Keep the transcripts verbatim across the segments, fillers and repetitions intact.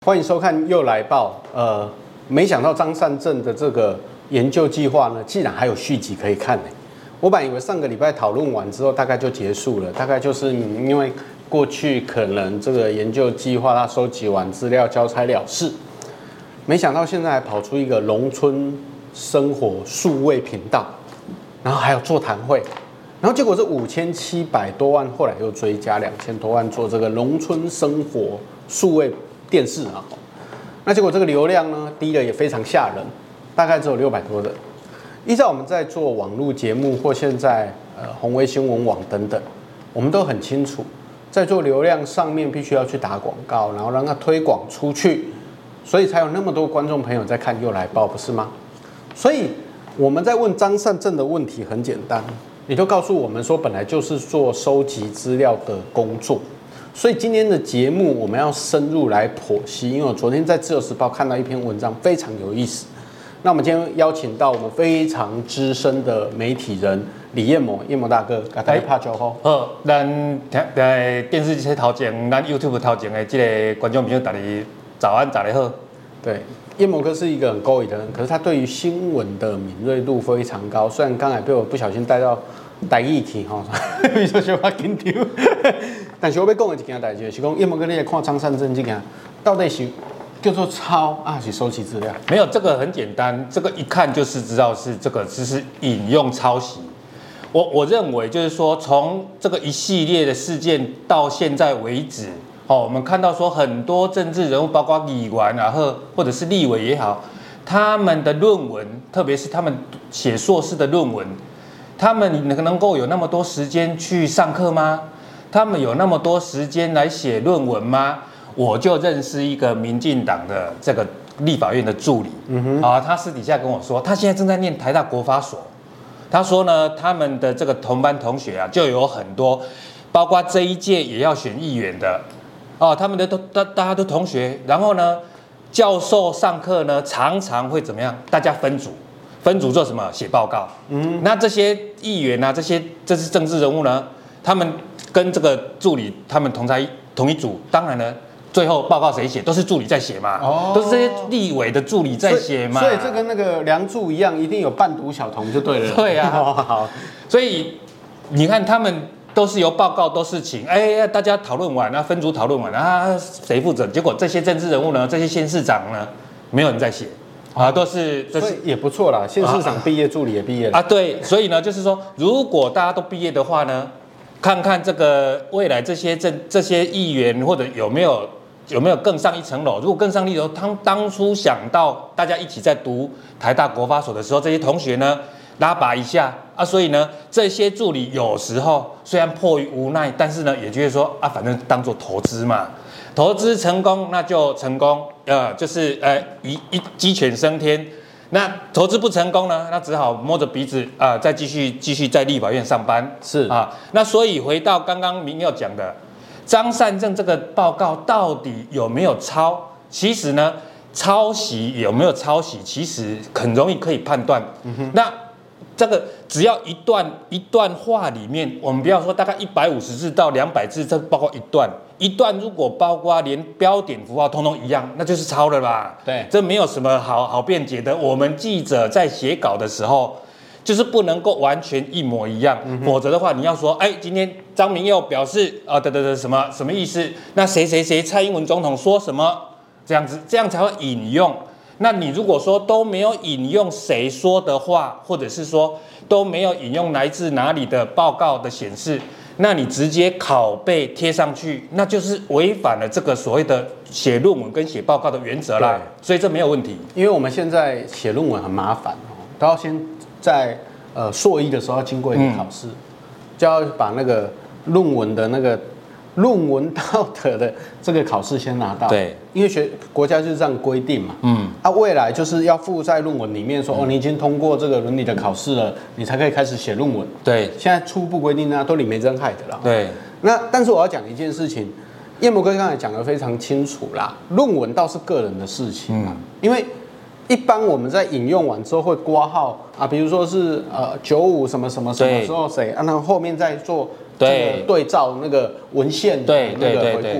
欢迎收看《又来报》。呃，没想到张善政的这个研究计划呢，竟然还有续集可以看呢。我本来以为上个礼拜讨论完之后大概就结束了，大概就是因为过去可能这个研究计划他收集完资料交差了事，没想到现在还跑出一个农村生活数位频道，然后还有座谈会，然后结果这五千七百多万后来又追加两千多万做这个农村生活数位电视啊，那结果这个流量呢低的也非常吓人，大概只有六百多人。依照我们在做网络节目或现在呃宏威新闻网等等，我们都很清楚，在做流量上面必须要去打广告，然后让它推广出去，所以才有那么多观众朋友在看又来报，不是吗？所以我们在问张善政的问题很简单，你就告诉我们说，本来就是做收集资料的工作。所以今天的节目我们要深入来剖析，因为我昨天在自由时报看到一篇文章非常有意思。那我们今天邀请到我们非常资深的媒体人李彦谋，彦谋大哥，给大家拍招呼。 好，咱在电视机头前，咱 YouTube 头前的这个观众朋友，大家早安，早上好。 对，彦谋哥是一个很勾引的人，可是他对于新闻的敏锐度非常高。虽然刚才被我不小心带到台语去吼，你说小我紧张。但是我要讲的一件代志是讲，彦谋哥你来看张善政这件，到底是叫做抄啊，还是收集资料？ 没有，这个很简单，这个一看就是知道是这个只是引用抄袭。我我认为就是说，从这个一系列的事件到现在为止，哦，我们看到说很多政治人物，包括议员啊，或或者是立委也好，他们的论文，特别是他们写硕士的论文，他们能能够有那么多时间去上课吗？他们有那么多时间来写论文吗？我就认识一个民进党的这个立法院的助理，嗯哼，啊，他私底下跟我说，他现在正在念台大国法所。他说呢，他们的这个同班同学啊，就有很多，包括这一届也要选议员的，哦，他们的都大大家都同学，然后呢，教授上课呢，常常会怎么样？大家分组，分组做什么？写报告。嗯，那这些议员啊，这些这些政治人物呢，他们跟这个助理他们同在同一组，当然呢，最后报告谁写，都是助理在写嘛，哦，都是这些立委的助理在写嘛。 所以, 所以这跟那个梁祝一样，一定有伴读小童就对了。 对啊， 哦，好， 所以你看他们都是由报告都是请，哎，大家讨论完啊，分组讨论完啊，谁负责？结果这些政治人物呢，这些县市长呢，没有人在写。啊，都是， 所以也不错啦。县市长毕业，助理也毕业了啊。对，所以呢，就是说，如果大家都毕业的话呢，看看这个未来这些政这些议员或者有没有有没有更上一层楼？如果更上一层楼，他当初想到大家一起在读台大国法所的时候，这些同学呢拉拔一下啊，所以呢，这些助理有时候虽然迫于无奈，但是呢，也觉得说啊，反正当做投资嘛。投资成功那就成功，呃，就是呃一一鸡犬升天。那投资不成功呢，那只好摸着鼻子啊、呃，再继续继续在立法院上班。 是啊，那所以回到刚刚明佑讲的，张善政这个报告到底有没有抄？其实呢，抄袭有没有抄袭，其实很容易可以判断。嗯哼，那这个只要一段一段话里面，我们不要说大概一百五十字到两百字，这包括一段。一段如果包括连标点符号通通一样，那就是抄了吧？ 对， 这没有什么好好辩解的。我们记者在写稿的时候，就是不能够完全一模一样，嗯、否则的话，你要说，哎，今天张明佑表示啊，对对对，什么什么意思？那谁谁谁蔡英文总统说什么？这样子，这样才会引用。那你如果说都没有引用谁说的话，或者是说都没有引用来自哪里的报告的显示。那你直接拷贝贴上去，那就是违反了这个所谓的写论文跟写报告的原则啦。所以这没有问题。 因为我们现在写论文很麻烦哦，都要先在呃硕一的时候要经过一个考试，嗯、就要把那个论文的那个论文道德的这个考试先拿到。 对， 因为学国家就是这样规定嘛。嗯，啊，未来就是要附在论文里面说，嗯、哦，你已经通过这个伦理的考试了，你才可以开始写论文。 对， 现在初步规定呢，都李梅珍害的啦。 对， 那但是我要讲一件事情，彦谋哥刚才讲得非常清楚啦，论文倒是个人的事情嘛，嗯、因为一般我们在引用完之后会括号啊，比如说是呃九五什么什么什么时候谁，啊，然后后面再做这个对照那个文献的那个回顾。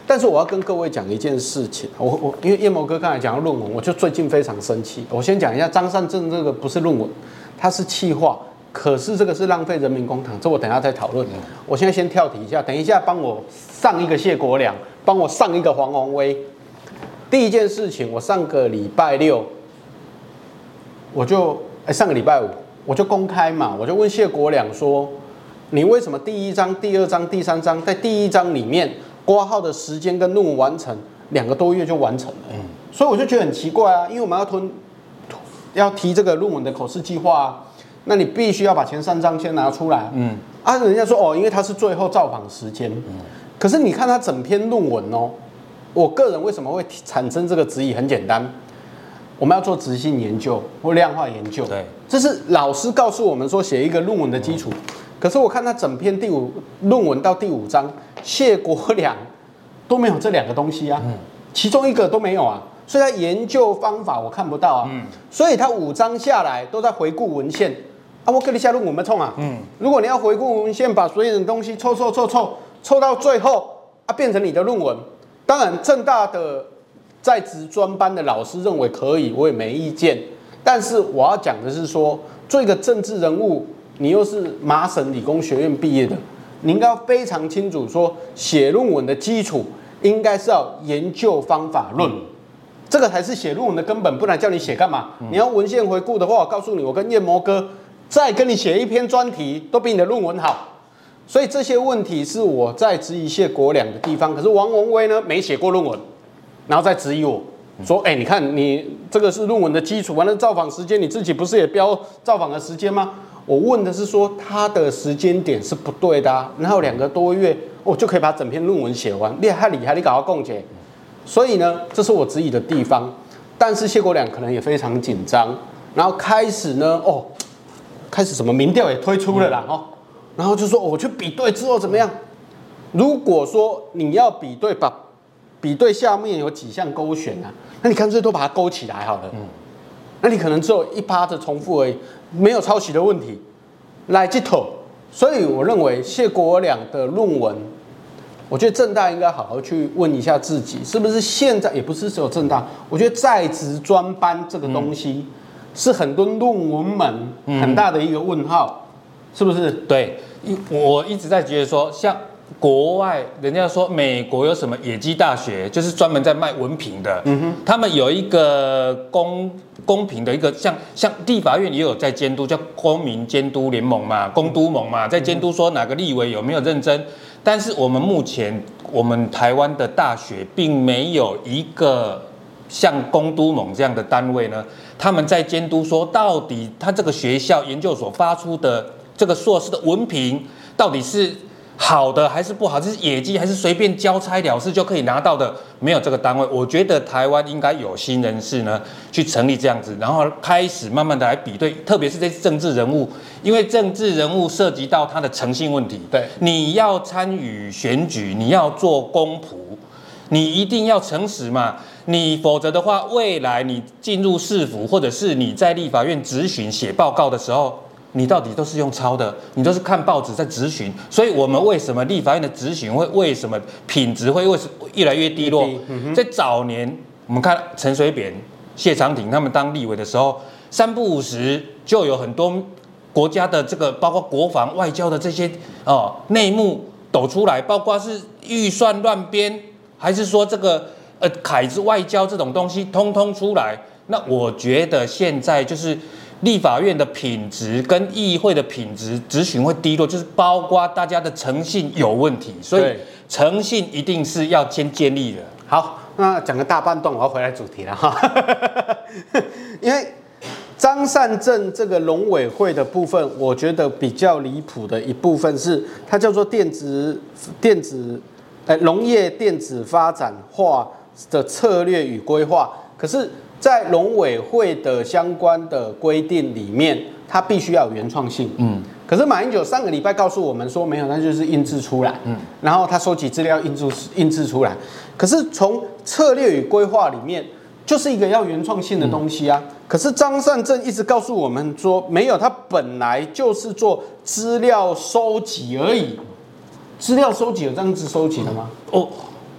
但是我要跟各位讲一件事情，我我因为燕谋哥刚才讲到论文，我就最近非常生气。我先讲一下张善政这个不是论文，它是企划，可是这个是浪费人民公帑，这我等一下再讨论。我现在先跳题一下，等一下帮我上一个谢国良，帮我上一个黄宏威。第一件事情，我上个礼拜六，我就哎上个礼拜五我就公开嘛，我就问谢国良说，你为什么第一章、第二章、第三章在第一章里面挂号的时间跟论文完成两个多月就完成了？嗯，所以我就觉得很奇怪啊，因为我们要吞要提这个论文的口试计划啊，那你必须要把前三章先拿出来。嗯，啊，人家说哦，因为它是最后造访时间。嗯，可是你看它整篇论文哦。我个人为什么会产生这个质疑？很简单，我们要做质性研究或量化研究，对，这是老师告诉我们说写一个论文的基础。嗯、可是我看他整篇第五论文到第五章，谢国良都没有这两个东西啊，嗯、其中一个都没有啊，所以他研究方法我看不到啊，嗯、所以他五章下来都在回顾文献啊，我跟你下论文没冲啊，嗯，如果你要回顾文献，把所有的东西凑凑凑凑凑到最后啊，变成你的论文。当然，政大的在职专班的老师认为可以，我也没意见。但是我要讲的是说，做一个政治人物，你又是麻省理工学院毕业的，你应该要非常清楚说，写论文的基础应该是要研究方法论，嗯、这个才是写论文的根本。不然叫你写干嘛？嗯、你要文献回顾的话，我告诉你，我跟燕谋哥再跟你写一篇专题，都比你的论文好。所以这些问题是我在质疑谢国良的地方，可是王宏威呢没写过论文，然后再质疑我说：“哎、欸，你看你这个是论文的基础，完了造访时间你自己不是也标造访的时间吗？”我问的是说他的时间点是不对的啊，然后两个多月我就可以把整篇论文写完，厉害厉害，你搞到共解。所以呢，这是我质疑的地方。但是谢国良可能也非常紧张，然后开始呢，哦，开始什么民调也推出了啦，哦。然后就说、哦、我去比对之后怎么样？如果说你要比对，把比对下面有几项勾选啊，那你干脆都把它勾起来好了。嗯，那你可能只有一趴的重复而已，没有抄袭的问题。来这头，所以我认为谢国良的论文，我觉得政大应该好好去问一下自己，是不是现在也不是只有政大，我觉得在职专班这个东西、嗯、是很多论文门很大的一个问号。嗯，是不是？ 对，我一直在觉得说，像国外人家说美国有什么野鸡大学，就是专门在卖文凭的。嗯哼，他们有一个公公平的一个像像立法院也有在监督，叫公民监督联盟嘛，公督盟嘛，在监督说哪个立委有没有认真。但是我们目前我们台湾的大学并没有一个像公督盟这样的单位呢，他们在监督说到底他这个学校研究所发出的这个硕士的文凭到底是好的还是不好？这是野鸡还是随便交差了事就可以拿到的？没有这个单位，我觉得台湾应该有心人士呢去成立这样子，然后开始慢慢的来比对，特别是这些政治人物，因为政治人物涉及到他的诚信问题。对，你要参与选举，你要做公仆，你一定要诚实嘛。你否则的话，未来你进入市府或者是你在立法院质询写报告的时候，你到底都是用抄的，你都是看报纸在质询，所以我们为什么立法院的质询会为什么品质会为越来越低落？嗯、在早年，我们看陈水扁、谢长廷他们当立委的时候，三不五时就有很多国家的这个包括国防、外交的这些哦内幕抖出来，包括是预算乱编，还是说这个呃凯子外交这种东西，通通出来。那我觉得现在就是立法院的品质跟议会的品质质询会低落，就是包括大家的诚信有问题，所以诚信一定是要先建立的。 好，那讲个大半段，我要回来主题了哈，因为张善政这个农委会的部分，我觉得比较离谱的一部分是，它叫做电子电子，呃，农业电子发展化的策略与规划，可是，在农委会的相关的规定里面，它必须要有原创性。嗯，可是马英九上个礼拜告诉我们说没有，那就是印制出来。嗯，然后他收集资料印制印制出来。可是从策略与规划里面，就是一个要原创性的东西啊。嗯、可是张善政一直告诉我们说没有，他本来就是做资料收集而已。资料收集有这样子收集的吗？ 哦。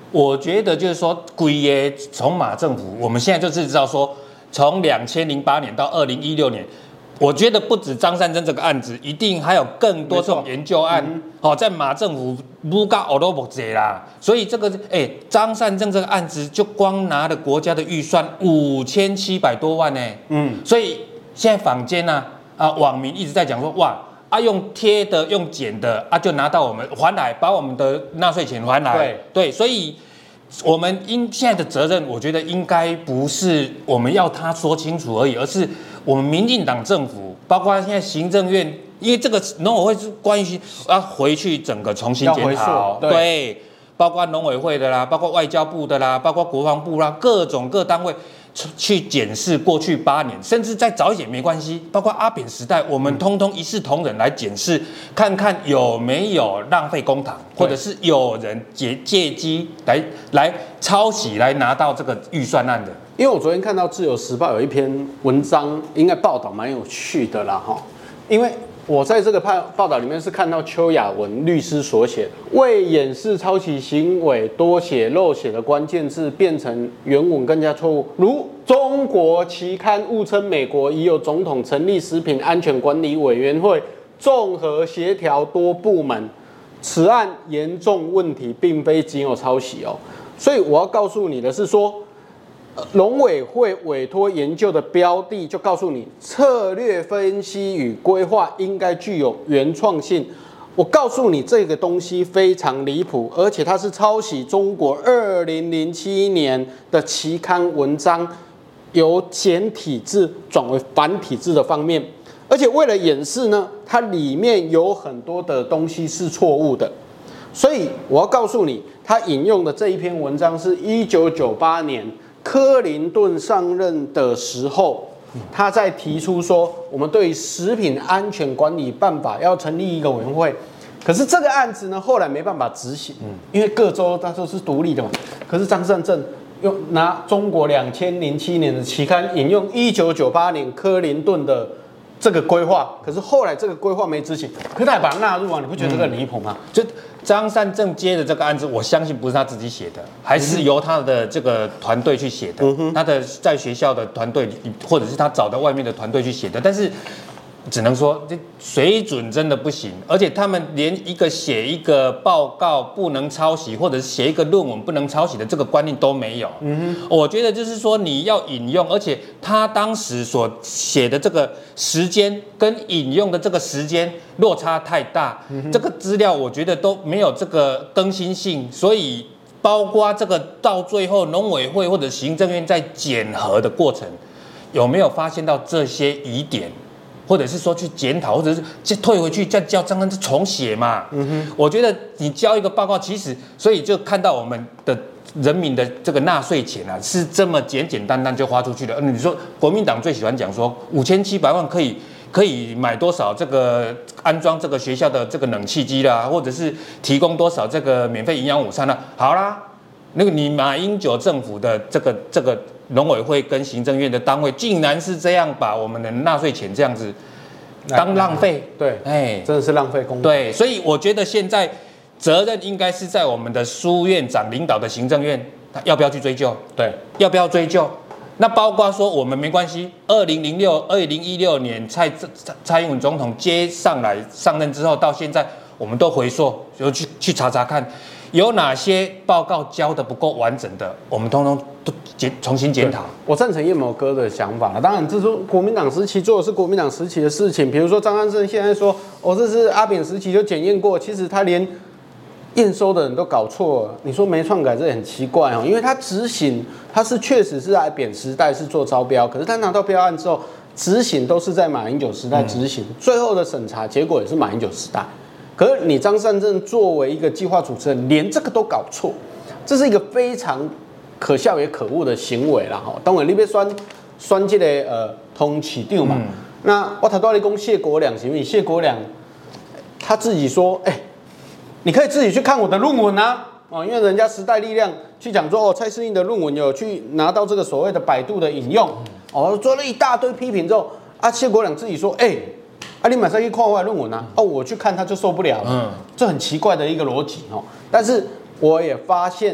我觉得就是说，规个从马政府，我们现在就是知道说，从两千零八年到二零一六年。我觉得不止张善政这个案子，一定还有更多这种研究案。好、嗯，在马政府不搞我都不接啦。所以这个，哎、欸，张善政这个案子就光拿了国家的预算五千七百多万呢。嗯，所以现在坊间呢、啊，啊，网民一直在讲说，哇，啊，用贴的，用剪的，啊，就拿到我们还来，把我们的纳税钱还来。对对，所以。我们应现在的责任，我觉得应该不是我们要他说清楚而已，而是我们民进党政府，包括现在行政院，因为这个农委会是关于要回去整个重新检讨，对，对，包括农委会的啦，包括外交部的啦，包括国防部啦，各种各单位去检视过去八年，甚至再早一点没关系，包括阿扁时代，我们通通一视同仁来检视，看看有没有浪费公帑，或者是有人借借机来来抄袭来拿到这个预算案的。 因为我昨天看到《自由时报》有一篇文章，应该报道蛮有趣的啦哈，因为。我在这个报道里面是看到邱雅文律师所写的，为掩饰抄袭行为多写漏写的关键字变成原文更加错误，如中国期刊误称美国已有总统成立食品安全管理委员会，综合协调多部门，此案严重问题并非仅有抄袭哦，所以我要告诉你的是说。农委会委托研究的标的就告诉你，策略分析与规划应该具有原创性。我告诉你，这个东西非常离谱，而且它是抄袭中国二零零七年的期刊文章，由简体字转为繁体字的方面。而且为了掩饰呢，它里面有很多的东西是错误的。所以我要告诉你，他引用的这一篇文章是一九九八年。克林顿上任的时候，他在提出说，我们对于食品安全管理办法要成立一个委员会。可是这个案子呢，后来没办法执行，因为各州它都是独立的嘛。可是张善政用拿中国两千零七年的期刊引用一九九八年克林顿的这个规划，可是后来这个规划没执行，可是他还把它纳入啊，你不觉得这个很离谱吗？ 就张善政接的这个案子，我相信不是他自己写的，还是由他的这个团队去写的。嗯、他的在学校的团队，或者是他找的外面的团队去写的。但是只能说这水准真的不行，而且他们连一个写一个报告不能抄袭，或者是写一个论文不能抄袭的这个观念都没有。嗯哼，我觉得就是说你要引用，而且他当时所写的这个时间跟引用的这个时间落差太大，嗯、这个资料我觉得都没有这个更新性，所以包括这个到最后农委会或者行政院在检核的过程，有没有发现到这些疑点？或者是说去检讨，或者是再退回去再叫张善政重写嘛。嗯哼，我觉得你交一个报告，其实所以就看到我们的人民的这个纳税钱啊，是这么简简单单就花出去的。嗯，你说国民党最喜欢讲说五千七百万可以可以买多少这个安装这个学校的这个冷气机啦，或者是提供多少这个免费营养午餐啦。好啦，那个你马英九政府的这个这个。农委会跟行政院的单位竟然是这样把我们的纳税钱这样子当浪费， 对，哎，真的是浪费公帑。 对，所以我觉得现在责任应该是在我们的苏院长领导的行政院，要不要去追究？ 对， 要不要追究？那包括说我们没关系，二零零六、二零一六年蔡蔡英文总统接上来上任之后，到现在我们都回溯，就去去查查看。有哪些报告交的不够完整的，我们通通都检重新检讨。 我赞成叶某哥的想法了，当然这是国民党时期做的是国民党时期的事情，比如说张善政现在说，哦，这是阿扁时期就检验过，其实他连验收的人都搞错了。你说没篡改，这也很奇怪哦，因为他执行，他是确实是阿扁时代是做招标，可是他拿到标案之后，执行都是在马英九时代执行，嗯、最后的审查结果也是马英九时代。可是你张善政作为一个计划主持人，连这个都搞错，这是一个非常可笑也可恶的行为啦！哈，当然你别酸酸这个呃通市长嘛。嗯、那我头先讲谢国良行不行？谢国良他自己说，哎、欸，你可以自己去看我的论文啊，哦，因为人家时代力量去讲说，哦，蔡适应的论文有去拿到这个所谓的百度的引用，哦，做了一大堆批评之后，啊，谢国良自己说，哎、欸。啊，你马上去看我的论文啊！哦，我去看他就受不了了，嗯，这很奇怪的一个逻辑哦。但是我也发现，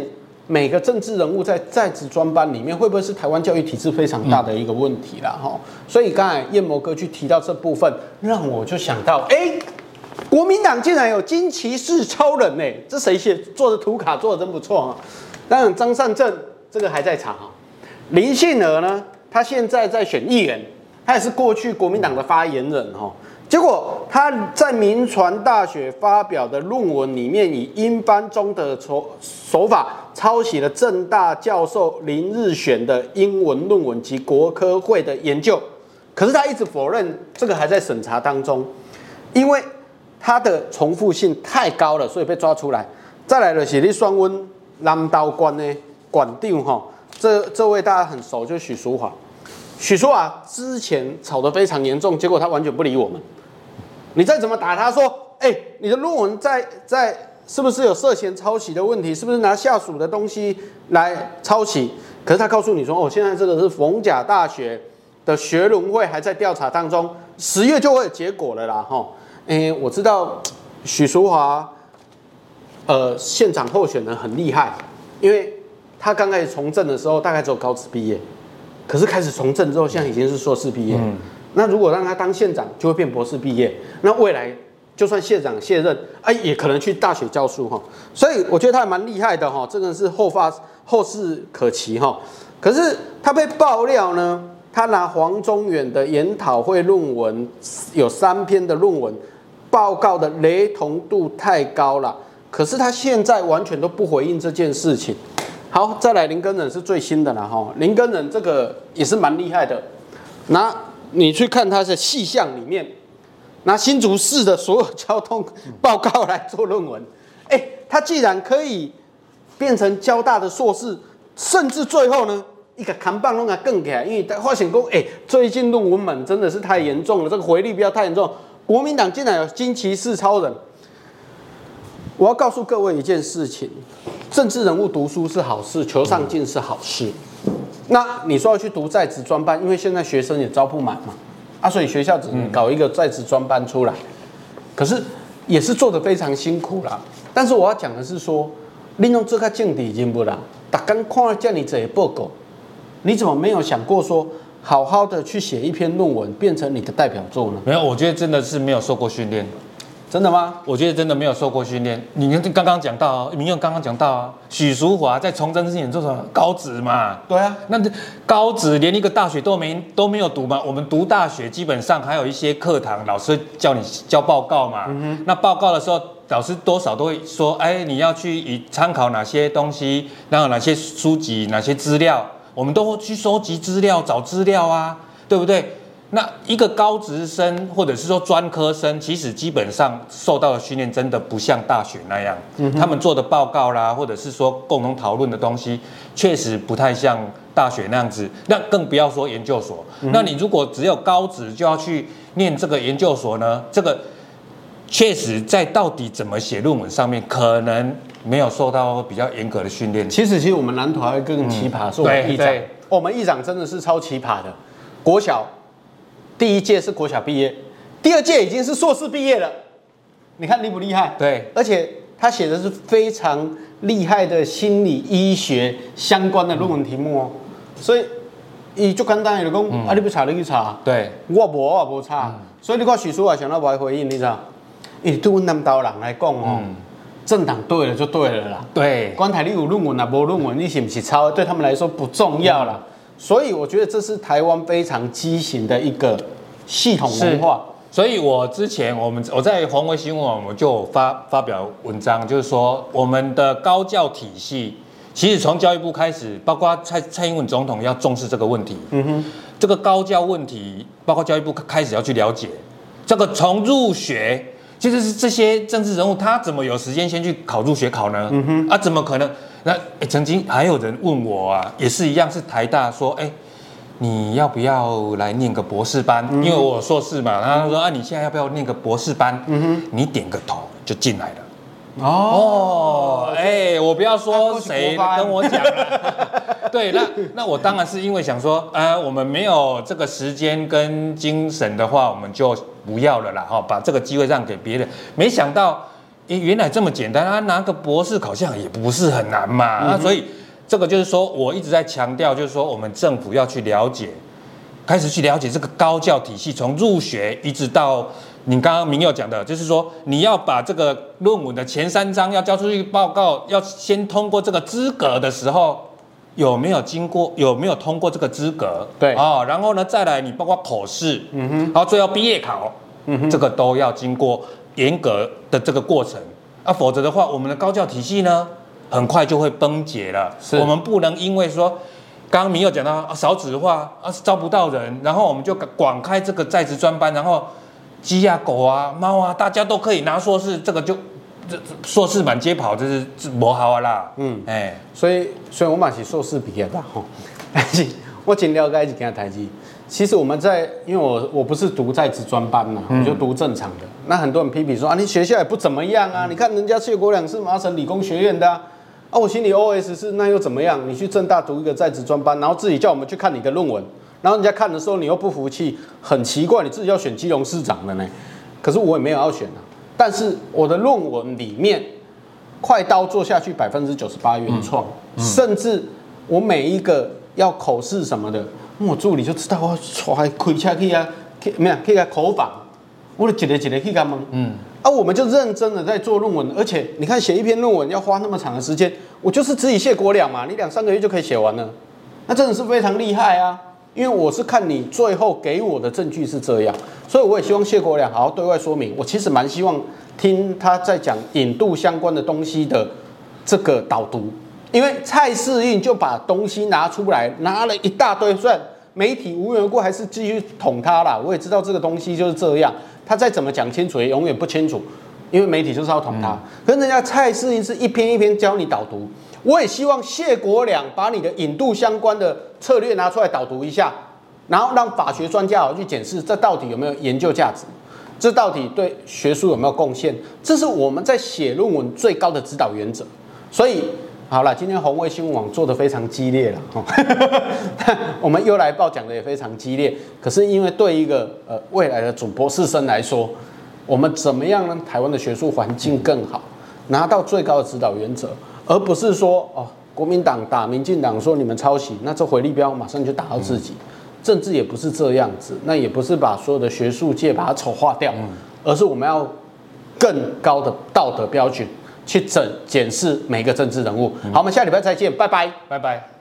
每个政治人物在在职专班里面，会不会是台湾教育体制非常大的一个问题啦？哈、嗯，所以刚才燕谋哥去提到这部分，让我就想到，哎、欸，国民党竟然有金骑士超人呢、欸，这谁写做的图卡做的真不错啊！当然张善政这个还在查哈，林信儿呢，他现在在选议员，他也是过去国民党的发言人哈。结果他在民传大学发表的论文里面，以英班中的手手法抄袭了政大教授林日选的英文论文及国科会的研究，可是他一直否认这个还在审查当中，因为他的重复性太高了，所以被抓出来。再来的是你选问南投县的馆长哈，这这位大家很熟，就是许淑华。许淑华之前吵得非常严重，结果他完全不理我们。你再怎么打他说，哎、欸，你的论文在在是不是有涉嫌抄袭的问题？是不是拿下属的东西来抄袭？可是他告诉你说，哦，现在这个是逢甲大学的学伦会还在调查当中，十月就会有结果了啦，哈。哎、欸，我知道许淑华，呃，县长候选人很厉害，因为他刚开始从政的时候大概只有高职毕业，可是开始从政之后，现在已经是硕士毕业。嗯，那如果让他当县长，就会变博士毕业。那未来就算县长卸任，哎，也可能去大学教书哈。所以我觉得他还蛮厉害的哈，真的是后发后世可期哈。可是他被爆料呢，他拿黄中远的研讨会论文，有三篇的论文报告的雷同度太高了。可是他现在完全都不回应这件事情。好，再来林根仁是最新的了哈。林根仁这个也是蛮厉害的，拿。你去看他的细项里面，拿新竹市的所有交通报告来做论文，哎、欸，他既然可以变成交大的硕士，甚至最后呢，一个扛棒弄个更起来，因为他发现说，哎、欸，最近论文门真的是太严重了，这个回力不要太严重。国民党竟然有金骑士超人，我要告诉各位一件事情：政治人物读书是好事，求上进是好事。那你说要去读在职专班，因为现在学生也招不满嘛，啊，所以学校只能搞一个在职专班出来，可是也是做得非常辛苦啦。但是我要讲的是说，你用这个政治人物啦，大家看了这样子的报告，你怎么没有想过说，好好的去写一篇论文，变成你的代表作呢？ 没有，我觉得真的是没有受过训练。 真的吗？ 我觉得真的没有受过训练。你看刚刚讲到啊，民用刚刚讲到啊，许淑华在从政之前做什么？高职嘛。 对啊， 那高职连一个大学都没都没有读嘛。我们读大学基本上还有一些课堂，老师叫你交报告嘛。嗯、那报告的时候，老师多少都会说，哎，你要去以参考哪些东西，然后哪些书籍、哪些资料，我们都会去收集资料、找资料啊，对不对？那一个高职生或者是说专科生，其实基本上受到的训练真的不像大学那样，嗯、他们做的报告啦，或者是说共同讨论的东西，确实不太像大学那样子。那更不要说研究所。嗯、那你如果只有高职就要去念这个研究所呢？这个确实在到底怎么写论文上面，可能没有受到比较严格的训练。 其实，其实我们南投还更奇葩，嗯、是我们议长，我们议长真的是超奇葩的，国小。第一届是国小毕业，第二届已经是硕士毕业了，你看厉不厉害？ 对， 而且他写的是非常厉害的心理医学相关的论文题目哦，嗯、所以伊就简单的就讲，嗯、啊，你不查你去查， 对， 我无我无查，嗯、所以你看许淑华想到不爱回应，你知道？因为对我们南投人来讲哦，嗯、政党对了就对了啦， 对， 管台你有论文啊，无论文你是不是抄，对他们来说不重要啦。嗯所以我觉得这是台湾非常畸形的一个系统文化。 所以我之前我们我在黄维新闻网我就发发表文章，就是说我们的高教体系，其实从教育部开始，包括蔡蔡英文总统要重视这个问题。嗯哼，这个高教问题，包括教育部开始要去了解这个从入学。其实是这些政治人物，他怎么有时间先去考入学考呢？嗯哼，啊，怎么可能？那、欸、曾经还有人问我啊，也是一样，是台大说，哎、欸，你要不要来念个博士班？嗯、因为我硕士嘛，他说啊，你现在要不要念个博士班？嗯哼，你点个头就进来了。哦，哎、欸，我不要说谁跟我讲了。对，那那我当然是因为想说，呃，我们没有这个时间跟精神的话，我们就不要了啦，哈，把这个机会让给别人。没想到诶，原来这么简单啊，拿个博士考项也不是很难嘛。嗯、那所以这个就是说，我一直在强调，就是说我们政府要去了解，开始去了解这个高教体系，从入学一直到你刚刚明佑讲的，就是说你要把这个论文的前三章要交出去报告，要先通过这个资格的时候。有没有经过有没有通过这个资格？ 对啊、哦，然后呢，再来你包括口试，嗯哼，然后最后毕业考，嗯哼，这个都要经过严格的这个过程啊，否则的话，我们的高教体系呢，很快就会崩解了。我们不能因为说，刚刚明佑讲到啊少子化啊招不到人，然后我们就广开这个在职专班，然后鸡啊狗啊猫啊，大家都可以拿硕士，这个就。这硕士满街跑，这是不好啊啦。嗯，哎、欸， 所以所以我嘛是硕士毕业的吼，但是我真了解一件代志。其实我们在，因为我我不是读在职专班嘛，嗯、我就读正常的。那很多人批评说啊，你学校也不怎么样啊，嗯、你看人家谢国良是麻省理工学院的啊，啊我心里 O S 是那又怎么样？你去政大读一个在职专班，然后自己叫我们去看你的论文，然后人家看的时候你又不服气，很奇怪，你自己要选基隆市长的呢，可是我也没有要选啊。但是我的论文里面，快刀做下去百分之九十八原创，嗯嗯、甚至我每一个要口试什么的，我助理就知道我开开车去啊，没有去个口访，我就一个一个去干嘛？嗯，啊，我们就认真的在做论文，而且你看写一篇论文要花那么长的时间，我就是只以谢国良嘛，你两三个月就可以写完了，那真的是非常厉害啊。因为我是看你最后给我的证据是这样，所以我也希望谢国良好好对外说明。我其实蛮希望听他在讲引渡相关的东西的这个导读，因为蔡适应就把东西拿出来，拿了一大堆，虽然媒体无缘无故还是继续捅他啦，我也知道这个东西就是这样，他再怎么讲清楚也永远不清楚，因为媒体就是要捅他。嗯、可是人家蔡适应是一篇一篇教你导读。我也希望谢国良把你的引渡相关的策略拿出来导读一下，然后让法学专家好去检视这到底有没有研究价值，这到底对学术有没有贡献，这是我们在写论文最高的指导原则。所以好了，今天红卫新闻网做得非常激烈了，我们优来报讲的也非常激烈。可是因为对一个呃未来的主博士生来说，我们怎么样让台湾的学术环境更好，拿到最高的指导原则。而不是说哦，国民党打民进党说你们抄袭，那这回力镖马上就打到自己。嗯、政治也不是这样子，那也不是把所有的学术界把它丑化掉，嗯、而是我们要更高的道德标准去整检视每个政治人物。嗯、好，我们下礼拜再见，拜拜， 拜拜。